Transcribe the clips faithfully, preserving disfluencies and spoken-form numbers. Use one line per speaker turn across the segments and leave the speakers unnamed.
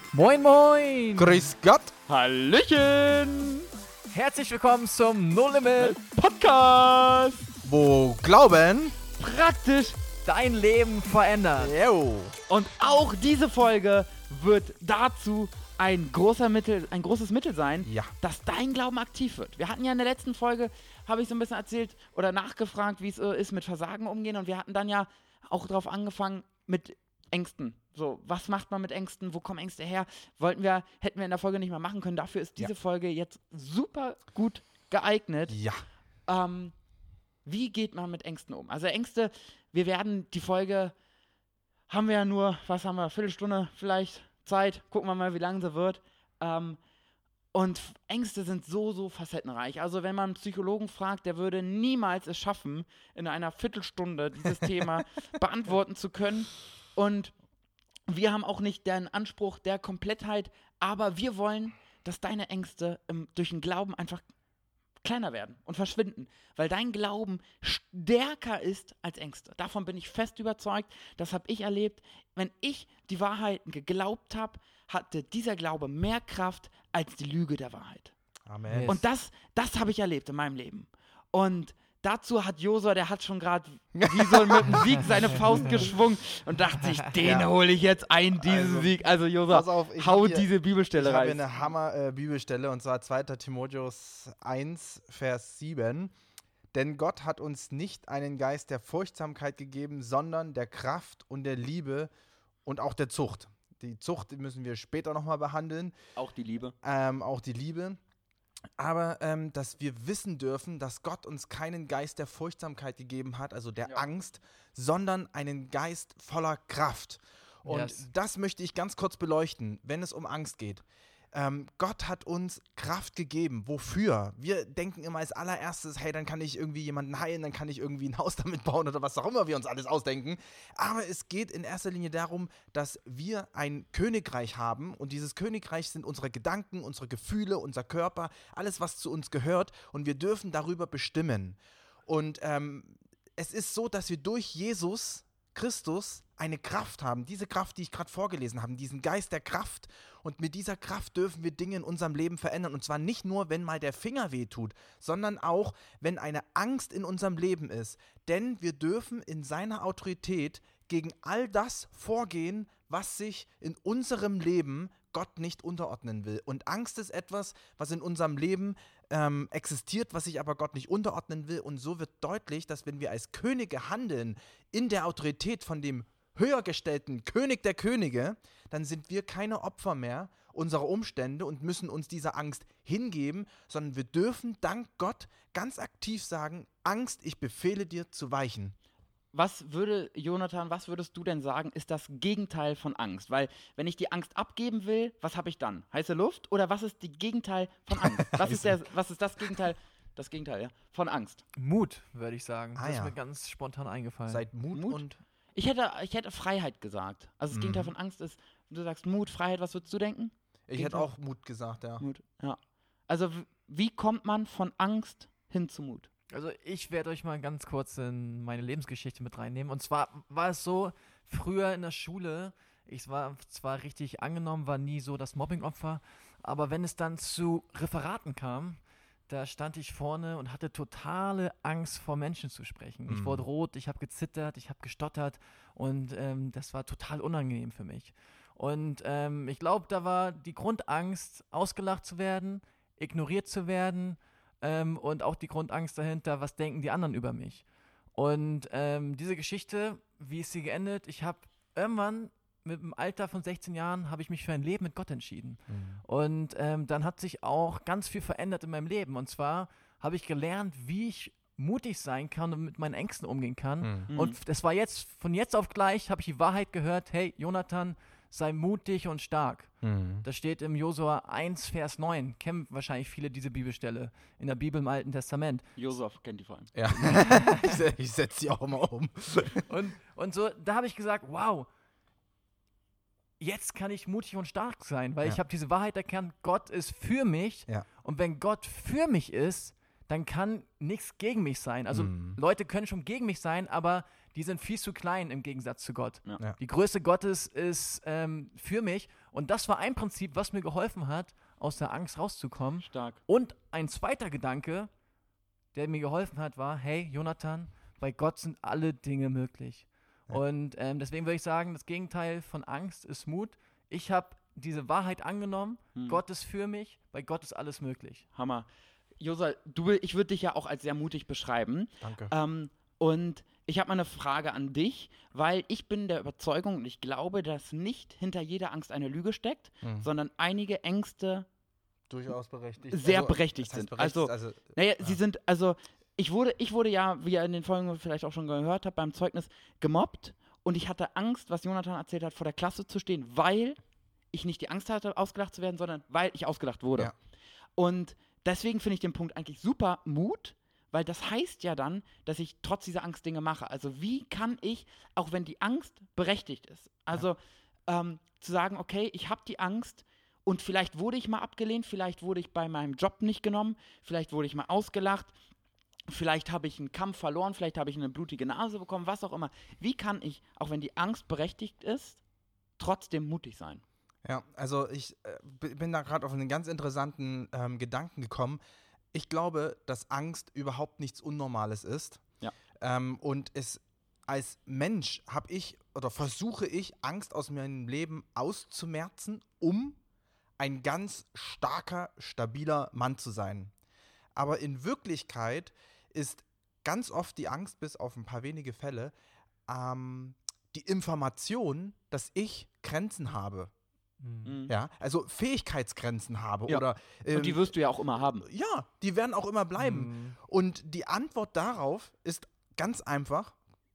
Moin moin!
Grüß Gott!
Hallöchen!
Herzlich willkommen zum No Limit
Podcast!
Wo Glauben
Praktisch
dein Leben verändert.
Jo.
und auch diese Folge wird dazu ein, großer Mittel, ein großes Mittel sein,
Ja.
dass dein Glauben aktiv wird. Wir hatten ja in der letzten Folge, habe ich so ein bisschen erzählt oder nachgefragt, wie es äh, ist mit Versagen umgehen, und wir hatten dann ja auch darauf angefangen mit Ängsten. So, was macht man mit Ängsten? Wo kommen Ängste her? Wollten wir, hätten wir in der Folge nicht mehr machen können. Dafür ist diese
Ja.
Folge jetzt super gut geeignet.
Ja.
Ähm, wie geht man mit Ängsten um? Also Ängste, wir werden die Folge, haben wir ja nur, was haben wir, eine Viertelstunde vielleicht Zeit, gucken wir mal, wie lange sie wird. Ähm, und F- Ängste sind so, so facettenreich. Also wenn man einen Psychologen fragt, der würde niemals es schaffen, in einer Viertelstunde dieses Thema beantworten zu können. Und wir haben auch nicht den Anspruch der Komplettheit, aber wir wollen, dass deine Ängste ähm, durch den Glauben einfach kleiner werden und verschwinden, weil dein Glauben stärker ist als Ängste. Davon bin ich fest überzeugt, das habe ich erlebt. Wenn ich die Wahrheiten geglaubt habe, hatte dieser Glaube mehr Kraft als die Lüge der Wahrheit.
Amen.
Yes.
Und das, das habe ich erlebt in meinem Leben. Und dazu hat Josua, der hat schon gerade wie so mit dem Sieg seine Faust geschwungen und dachte sich, den
Ja.
hole ich jetzt ein, diesen
Also,
Sieg. Also Josua,
Pass auf, ich
hau
hab hier-
diese
Ich
Bibelstelle
habe hier
rein.
eine Hammer-Bibelstelle, und zwar zweiter Timotheus eins, Vers sieben. Denn Gott hat uns nicht einen Geist der Furchtsamkeit gegeben, sondern der Kraft und der Liebe und auch der Zucht. Die Zucht die müssen wir später nochmal behandeln,
Auch die Liebe.
ähm, auch die Liebe. Aber ähm, dass wir wissen dürfen, dass Gott uns keinen Geist der Furchtsamkeit gegeben hat, also der
Ja.
Angst, sondern einen Geist voller Kraft. Und
Yes.
das möchte ich ganz kurz beleuchten, wenn es um Angst geht. Ähm, Gott hat uns Kraft gegeben. Wofür? Wir denken immer als allererstes, hey, dann kann ich irgendwie jemanden heilen, dann kann ich irgendwie ein Haus damit bauen oder was auch immer wir uns alles ausdenken. Aber es geht in erster Linie darum, dass wir ein Königreich haben, und dieses Königreich sind unsere Gedanken, unsere Gefühle, unser Körper, alles, was zu uns gehört, und wir dürfen darüber bestimmen. Und ähm, es ist so, dass wir durch Jesus Christus eine Kraft haben, diese Kraft, die ich gerade vorgelesen habe, diesen Geist der Kraft, und mit dieser Kraft dürfen wir Dinge in unserem Leben verändern, und zwar nicht nur, wenn mal der Finger wehtut, sondern auch, wenn eine Angst in unserem Leben ist, denn wir dürfen in seiner Autorität gegen all das vorgehen, was sich in unserem Leben Gott nicht unterordnen will. Und Angst ist etwas, was in unserem Leben ähm, existiert, was sich aber Gott nicht unterordnen will. Und so wird deutlich, dass wenn wir als Könige handeln, in der Autorität von dem höher gestellten König der Könige, dann sind wir keine Opfer mehr unserer Umstände und müssen uns dieser Angst hingeben, sondern wir dürfen dank Gott ganz aktiv sagen, Angst, ich befehle dir zu weichen.
Was würde, Jonathan, was würdest du denn sagen, ist das Gegenteil von Angst? Weil, wenn ich die Angst abgeben will, was habe ich dann? Heiße Luft? Oder was ist das Gegenteil von Angst? Was ist, der, was ist das Gegenteil, das Gegenteil, ja, von Angst?
Mut, würde ich sagen.
Ah,
das
ja.
ist mir ganz spontan eingefallen.
Seid Mut,
Mut?
und
Ich hätte, ich hätte Freiheit gesagt. Also das
Mhm.
Gegenteil von Angst ist, du sagst Mut, Freiheit, was würdest du denken?
ich hätte auch Mut gesagt, ja.
Mut, ja. Also, w- wie kommt man von Angst hin zu Mut?
Also ich werde euch mal ganz kurz in meine Lebensgeschichte mit reinnehmen. Und zwar war es so, früher in der Schule, ich war zwar richtig angenommen, war nie so das Mobbingopfer, aber wenn es dann zu Referaten kam, da stand ich vorne und hatte totale Angst vor Menschen zu sprechen. Ich
Mhm.
wurde rot, ich habe gezittert, ich habe gestottert, und ähm, das war total unangenehm für mich. Und ähm, ich glaube, da war die Grundangst, ausgelacht zu werden, ignoriert zu werden, ähm, und auch die Grundangst dahinter, was denken die anderen über mich. Und ähm, diese Geschichte, wie ist sie geendet? Ich habe irgendwann mit dem Alter von sechzehn Jahren, habe ich mich für ein Leben mit Gott entschieden. Und ähm, dann hat sich auch ganz viel verändert in meinem Leben. Und zwar habe ich gelernt, wie ich mutig sein kann und mit meinen Ängsten umgehen kann.
Mhm.
Und das war jetzt, von jetzt auf gleich, habe ich die Wahrheit gehört, hey, Jonathan, sei mutig und stark.
Mhm.
Das steht im Josua eins, Vers neun. Kennen wahrscheinlich viele diese Bibelstelle in der Bibel im Alten Testament.
Josef kennt die vor allem.
Ja. ich se- ich setze sie auch immer um.
Und, und so, da habe ich gesagt, wow, jetzt kann ich mutig und stark sein, weil
Ja.
ich habe diese Wahrheit erkannt, Gott ist für mich.
Ja.
Und wenn Gott für mich ist, dann kann nichts gegen mich sein. Also
Mhm.
Leute können schon gegen mich sein, aber die sind viel zu klein im Gegensatz zu Gott.
Ja.
Ja.
Die Größe Gottes ist ähm, für mich und das war ein Prinzip, was mir geholfen hat, aus der Angst rauszukommen.
Stark.
Und ein zweiter Gedanke, der mir geholfen hat, war, hey, Jonathan, bei Gott sind alle Dinge möglich.
Ja.
Und ähm, deswegen würde ich sagen, das Gegenteil von Angst ist Mut. Ich habe diese Wahrheit angenommen,
Hm.
Gott ist für mich, bei Gott ist alles möglich.
Hammer. Josa, du, ich würde dich ja auch als sehr mutig beschreiben.
Danke.
Ähm, und ich habe mal eine Frage an dich, weil ich bin der Überzeugung und ich glaube, dass nicht hinter jeder Angst eine Lüge steckt,
Mhm.
sondern einige Ängste
Durchaus berechtigt.
sehr berechtigt
das heißt
sind.
berechtigt,
Also,
also
naja,
ja.
sie sind, also ich wurde, ich wurde ja, wie ihr in den Folgen vielleicht auch schon gehört habt, beim Zeugnis gemobbt und ich hatte Angst, was Jonathan erzählt hat, vor der Klasse zu stehen, weil ich nicht die Angst hatte, ausgelacht zu werden, sondern weil ich ausgelacht wurde.
Ja.
Und deswegen finde ich den Punkt eigentlich super Mut, weil das heißt ja dann, dass ich trotz dieser Angst Dinge mache. Also wie kann ich, auch wenn die Angst berechtigt ist, also ähm, zu sagen, okay, ich habe die Angst und vielleicht wurde ich mal abgelehnt, vielleicht wurde ich bei meinem Job nicht genommen, vielleicht wurde ich mal ausgelacht, vielleicht habe ich einen Kampf verloren, vielleicht habe ich eine blutige Nase bekommen, was auch immer. Wie kann ich, auch wenn die Angst berechtigt ist, trotzdem mutig sein?
Ja, also ich äh, b- bin da gerade auf einen ganz interessanten ähm, Gedanken gekommen. Ich glaube, dass Angst überhaupt nichts Unnormales ist.
Ja.
Ähm, und es als Mensch habe ich oder versuche ich, Angst aus meinem Leben auszumerzen, um ein ganz starker, stabiler Mann zu sein. Aber in Wirklichkeit ist ganz oft die Angst, bis auf ein paar wenige Fälle, ähm, die Information, dass ich Grenzen habe.
Mhm.
Ja, also Fähigkeitsgrenzen habe
Ja.
oder ähm,
Und die wirst du ja auch immer haben.
ja, die werden auch immer bleiben.
Mhm.
Und die Antwort darauf ist ganz einfach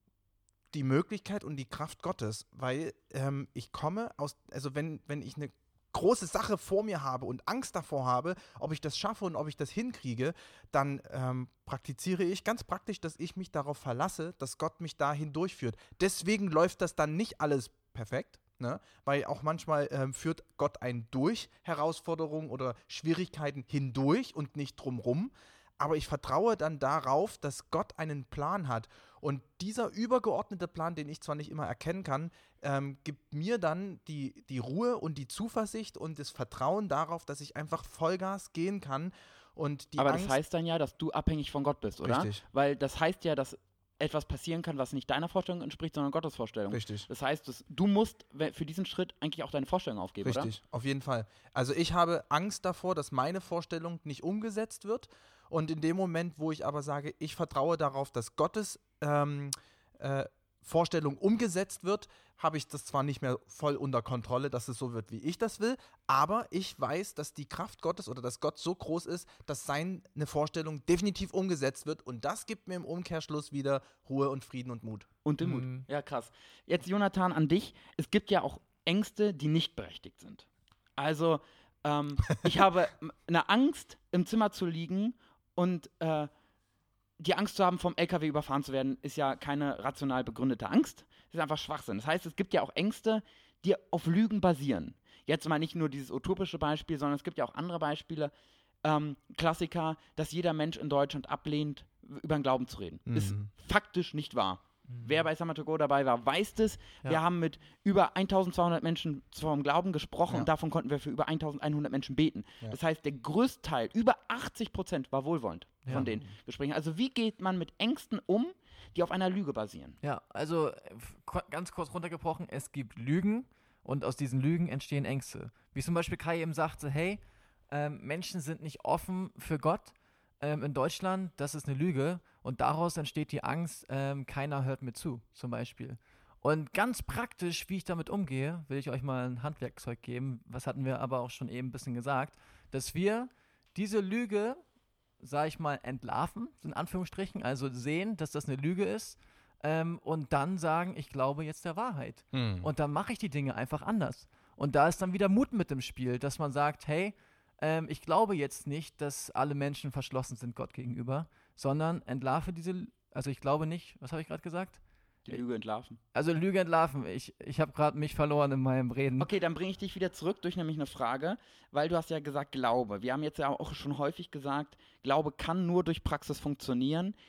die Möglichkeit und die Kraft Gottes, weil ähm, ich komme aus, also wenn, wenn ich eine große Sache vor mir habe und Angst davor habe, ob ich das schaffe und ob ich das hinkriege, dann ähm, praktiziere ich ganz praktisch, dass ich mich darauf verlasse, dass Gott mich dahin durchführt. Deswegen läuft das dann nicht alles perfekt. Ne? Weil auch manchmal ähm, führt Gott einen durch Herausforderungen oder Schwierigkeiten hindurch und nicht drumrum. Aber ich vertraue dann darauf, dass Gott einen Plan hat. Und dieser übergeordnete Plan, den ich zwar nicht immer erkennen kann, ähm, gibt mir dann die, die Ruhe und die Zuversicht und das Vertrauen darauf, dass ich einfach Vollgas gehen kann. Und die
Aber
Angst,
das heißt dann ja, dass du abhängig von Gott bist, oder?
Richtig.
Weil das heißt ja, dass etwas passieren kann, was nicht deiner Vorstellung entspricht, sondern Gottes Vorstellung.
Richtig.
Das heißt, dass du musst we- für diesen Schritt eigentlich auch deine Vorstellung aufgeben,
Richtig, auf jeden Fall. Also ich habe Angst davor, dass meine Vorstellung nicht umgesetzt wird. Und in dem Moment, wo ich aber sage, ich vertraue darauf, dass Gottes ähm, äh, Vorstellung umgesetzt wird, habe ich das zwar nicht mehr voll unter Kontrolle, dass es so wird, wie ich das will, aber ich weiß, dass die Kraft Gottes oder dass Gott so groß ist, dass seine Vorstellung definitiv umgesetzt wird und das gibt mir im Umkehrschluss wieder Ruhe und Frieden und Mut.
oder? Und den
Mhm.
Mut. Ja, krass. Jetzt, Jonathan, an dich. Es gibt ja auch Ängste, die nicht berechtigt sind. Also, ähm, ich habe m- eine Angst, im Zimmer zu liegen und äh, die Angst zu haben, vom L K W überfahren zu werden, ist ja keine rational begründete Angst. Das ist einfach Schwachsinn. Das heißt, es gibt ja auch Ängste, die auf Lügen basieren. Jetzt mal nicht nur dieses utopische Beispiel, sondern es gibt ja auch andere Beispiele. Ähm, Klassiker, dass jeder Mensch in Deutschland ablehnt, w- über den Glauben zu reden. Ist
Mhm.
faktisch nicht wahr. Wer bei Summer to Go dabei war, weiß das.
Ja.
Wir haben mit über eintausendzweihundert Menschen vom Glauben gesprochen
Ja.
und davon konnten wir für über eintausendeinhundert Menschen beten.
Ja.
Das heißt, der größte Teil, über achtzig Prozent, war wohlwollend
Ja.
von den Gesprächen. Also wie geht man mit Ängsten um, die auf einer Lüge basieren?
Ja, also äh, f- ko- ganz kurz runtergebrochen, es gibt Lügen und aus diesen Lügen entstehen Ängste. Wie zum Beispiel Kai eben sagte, hey, ähm, Menschen sind nicht offen für Gott ähm, in Deutschland, das ist eine Lüge und daraus entsteht die Angst, ähm, keiner hört mir zu, zum Beispiel. Und ganz praktisch, wie ich damit umgehe, will ich euch mal ein Handwerkzeug geben, was hatten wir aber auch schon eben ein bisschen gesagt, dass wir diese Lüge, sag ich mal, entlarven, in Anführungsstrichen, also sehen, dass das eine Lüge ist ähm, und dann sagen, ich glaube jetzt der Wahrheit.
Mhm.
Und dann mache ich die Dinge einfach anders. Und da ist dann wieder Mut mit dem Spiel, dass man sagt, hey, ähm, ich glaube jetzt nicht, dass alle Menschen verschlossen sind Gott gegenüber, sondern entlarve diese, also ich glaube nicht, was habe ich gerade gesagt?
Die Lüge entlarven.
Also Lüge entlarven. Ich, ich habe gerade mich verloren in meinem Reden.
Okay, dann bringe ich dich wieder zurück durch nämlich eine Frage, weil du hast ja gesagt Glaube. Wir haben jetzt ja auch schon häufig gesagt, Glaube kann nur durch Praxis funktionieren.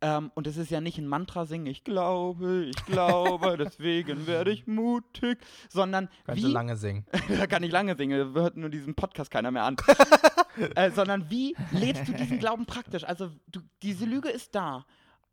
Ähm, und es ist ja nicht ein Mantra singen, ich glaube, ich glaube, deswegen werde ich mutig, sondern
Kannst
wie,
du lange singen.
da kann ich lange singen, hört nur diesen Podcast keiner mehr an. äh, sondern wie lebst du diesen Glauben praktisch? Also du, diese Lüge ist da.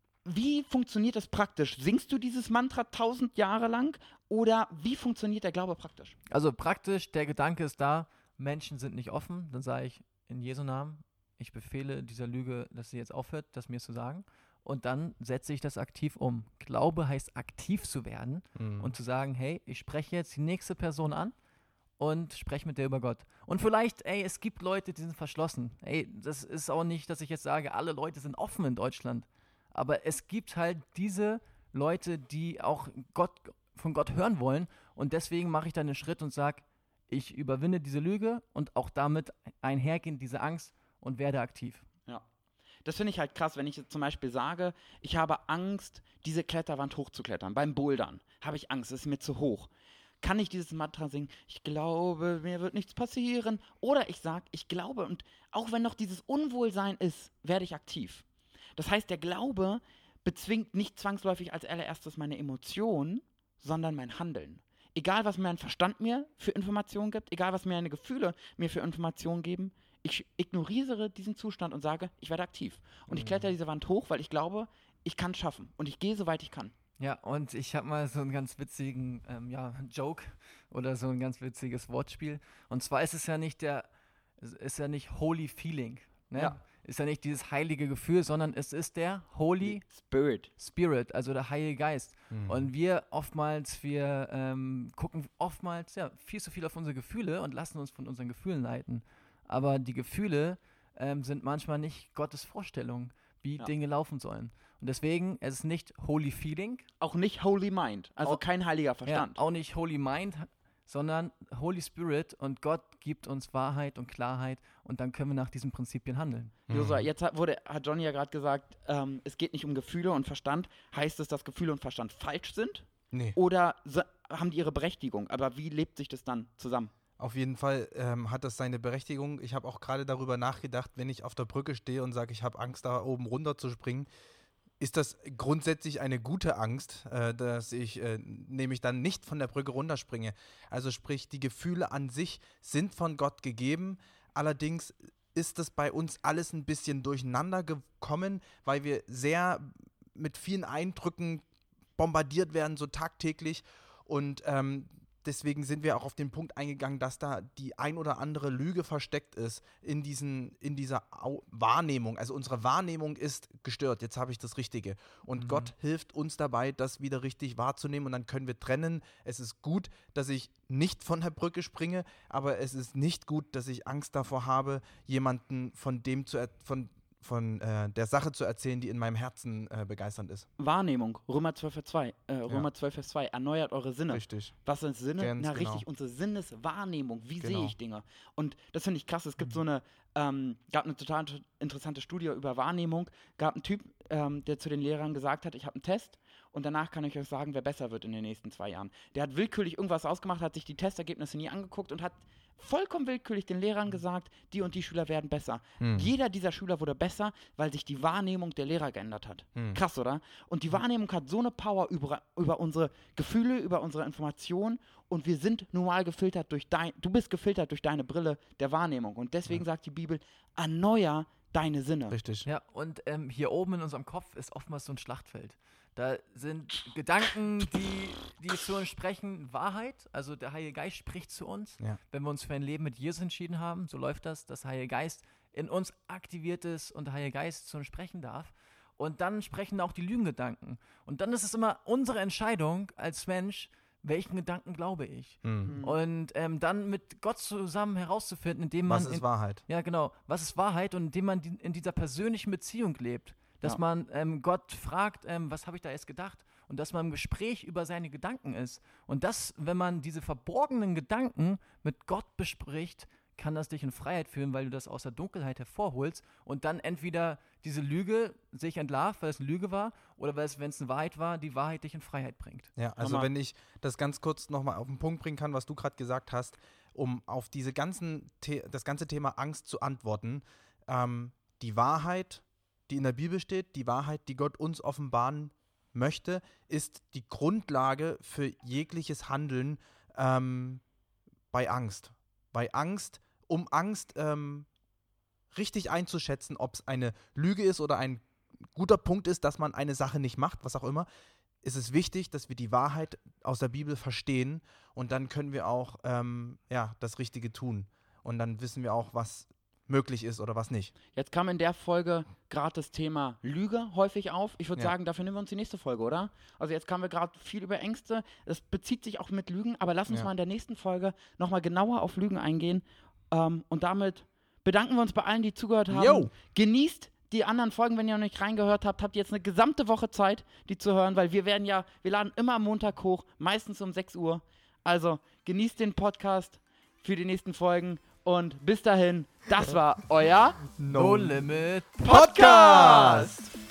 Wie funktioniert das praktisch? Singst du dieses Mantra tausend Jahre lang oder wie funktioniert der Glaube praktisch?
Also praktisch, der Gedanke ist da, Menschen sind nicht offen, dann sage ich in Jesu Namen, ich befehle dieser Lüge, dass sie jetzt aufhört, das mir zu sagen. Und dann setze ich das aktiv um. Glaube heißt aktiv zu werden
Mhm.
und zu sagen, hey, ich spreche jetzt die nächste Person an und spreche mit der über Gott. Und vielleicht, ey, es gibt Leute, die sind verschlossen. Ey, das ist auch nicht, dass ich jetzt sage, alle Leute sind offen in Deutschland. Aber es gibt halt diese Leute, die auch Gott, von Gott hören wollen. Und deswegen mache ich dann einen Schritt und sage, ich überwinde diese Lüge und auch damit einhergehend diese Angst und werde aktiv.
Ja. Das finde ich halt krass, wenn ich jetzt zum Beispiel sage, ich habe Angst, diese Kletterwand hochzuklettern. Beim Bouldern habe ich Angst, es ist mir zu hoch. Kann ich dieses Mantra singen? Ich glaube, mir wird nichts passieren. Oder ich sage, ich glaube und auch wenn noch dieses Unwohlsein ist, werde ich aktiv. Das heißt, der Glaube bezwingt nicht zwangsläufig als allererstes meine Emotionen, sondern mein Handeln. Egal, was mein Verstand mir für Informationen gibt, egal, was meine Gefühle mir für Informationen geben, ich ignoriere diesen Zustand und sage, ich werde aktiv. Und ich kletter diese Wand hoch, weil ich glaube, ich kann es schaffen. Und ich gehe, soweit ich kann.
Ja, und ich habe mal so einen ganz witzigen ähm, ja, Joke oder so ein ganz witziges Wortspiel. Und zwar ist es ja nicht der, es ist ja nicht Holy Feeling, ne?
Ja.
Ist ja nicht dieses heilige Gefühl, sondern es ist der Holy
Spirit.
Spirit, also der Heilige Geist.
Mhm.
Und wir oftmals, wir ähm, gucken oftmals ja, viel zu viel auf unsere Gefühle und lassen uns von unseren Gefühlen leiten. Aber die Gefühle ähm, sind manchmal nicht Gottes Vorstellung, wie
Ja.
Dinge laufen sollen. Und deswegen, es ist nicht Holy Feeling,
Auch nicht Holy Mind, also
Auch-
kein heiliger Verstand.
ja, auch nicht Holy Mind, sondern Holy Spirit, und Gott gibt uns Wahrheit und Klarheit und dann können wir nach diesen Prinzipien handeln.
Josua, jetzt hat, wurde, hat Johnny ja gerade gesagt, ähm, es geht nicht um Gefühle und Verstand. Heißt es, dass Gefühle und Verstand falsch sind?
Nee.
Oder so, haben die ihre Berechtigung? Aber wie lebt sich das dann zusammen?
Auf jeden Fall ähm, hat das seine Berechtigung. Ich habe auch gerade darüber nachgedacht, wenn ich auf der Brücke stehe und sage, ich habe Angst, da oben runter zu springen, ist das grundsätzlich eine gute Angst, äh, dass ich äh, nämlich dann nicht von der Brücke runterspringe. Also sprich, die Gefühle an sich sind von Gott gegeben, allerdings ist das bei uns alles ein bisschen durcheinander gekommen, weil wir sehr mit vielen Eindrücken bombardiert werden, so tagtäglich, und ähm, deswegen sind wir auch auf den Punkt eingegangen, dass da die ein oder andere Lüge versteckt ist in, diesen, in dieser Au- Wahrnehmung. Also unsere Wahrnehmung ist gestört, jetzt habe ich das Richtige. Und
Mhm.
Gott hilft uns dabei, das wieder richtig wahrzunehmen, und dann können wir trennen. Es ist gut, dass ich nicht von der Brücke springe, aber es ist nicht gut, dass ich Angst davor habe, jemanden von dem zu er- von von äh, der Sache zu erzählen, die in meinem Herzen äh, begeisternd ist.
Wahrnehmung, Römer zwölf, Vers zwei, äh, Römer zwölf, Vers zwei, erneuert eure Sinne.
Richtig.
Was sind Sinne?
Ganz
Na
genau.
richtig, unsere Sinneswahrnehmung. Wie
Genau.
sehe ich Dinge? Und das finde ich krass. Es gibt so eine, ähm, gab eine total inter- interessante Studie über Wahrnehmung. Gab einen Typ, ähm, der zu den Lehrern gesagt hat, ich habe einen Test und danach kann ich euch sagen, wer besser wird in den nächsten zwei Jahren. Der hat willkürlich irgendwas ausgemacht, hat sich die Testergebnisse nie angeguckt und hat vollkommen willkürlich den Lehrern gesagt, die und die Schüler werden besser.
Hm.
Jeder dieser Schüler wurde besser, weil sich die Wahrnehmung der Lehrer geändert hat.
Hm.
Krass, oder? Und die Wahrnehmung hat so eine Power über, über unsere Gefühle, über unsere Informationen, und wir sind normal gefiltert durch dein, du bist gefiltert durch deine Brille der Wahrnehmung. Und deswegen sagt die Bibel, erneuer deine Sinne.
Richtig.
Ja, und ähm, hier oben in unserem Kopf ist oftmals so ein Schlachtfeld. Da sind Gedanken, die, die zu uns sprechen, Wahrheit. Also der Heilige Geist spricht zu uns.
Ja.
Wenn wir uns für ein Leben mit Jesus entschieden haben, so läuft das, dass der Heilige Geist in uns aktiviert ist und der Heilige Geist zu uns sprechen darf. Und dann sprechen auch die Lügengedanken. Und dann ist es immer unsere Entscheidung als Mensch, welchen Gedanken glaube ich.
Hm.
Und ähm, dann mit Gott zusammen herauszufinden, indem man...
Was ist
in,
Wahrheit?
Ja, genau. Was ist Wahrheit? Und indem man die, in dieser persönlichen Beziehung lebt. Dass
Ja.
man ähm, Gott fragt, ähm, was habe ich da jetzt gedacht? Und dass man im Gespräch über seine Gedanken ist. Und das, wenn man diese verborgenen Gedanken mit Gott bespricht, kann das dich in Freiheit führen, weil du das aus der Dunkelheit hervorholst und dann entweder diese Lüge sich entlarvt, weil es eine Lüge war, oder weil es, wenn es eine Wahrheit war, die Wahrheit dich in Freiheit bringt.
Ja, also
Hammer.
wenn ich das ganz kurz nochmal auf den Punkt bringen kann, was du gerade gesagt hast, um auf diese ganzen The- das ganze Thema Angst zu antworten, ähm, die Wahrheit die in der Bibel steht, die Wahrheit, die Gott uns offenbaren möchte, ist die Grundlage für jegliches Handeln ähm, bei Angst. Bei Angst, um Angst ähm, richtig einzuschätzen, ob es eine Lüge ist oder ein guter Punkt ist, dass man eine Sache nicht macht, was auch immer, ist es wichtig, dass wir die Wahrheit aus der Bibel verstehen und dann können wir auch ähm, ja, das Richtige tun. Und dann wissen wir auch, was möglich ist oder was nicht.
Jetzt kam in der Folge gerade das Thema Lüge häufig auf. Ich würde
Ja.
sagen, dafür nehmen wir uns die nächste Folge, oder? Also jetzt kamen wir gerade viel über Ängste. Es bezieht sich auch mit Lügen, aber lass uns
Ja.
mal in der nächsten Folge nochmal genauer auf Lügen eingehen. Ähm, und damit bedanken wir uns bei allen, die zugehört haben.
Yo.
Genießt die anderen Folgen, wenn ihr noch nicht reingehört habt, habt ihr jetzt eine gesamte Woche Zeit, die zu hören, weil wir werden ja, wir laden immer am Montag hoch, meistens um sechs Uhr. Also genießt den Podcast für die nächsten Folgen und bis dahin, das war euer
No Limit
Podcast!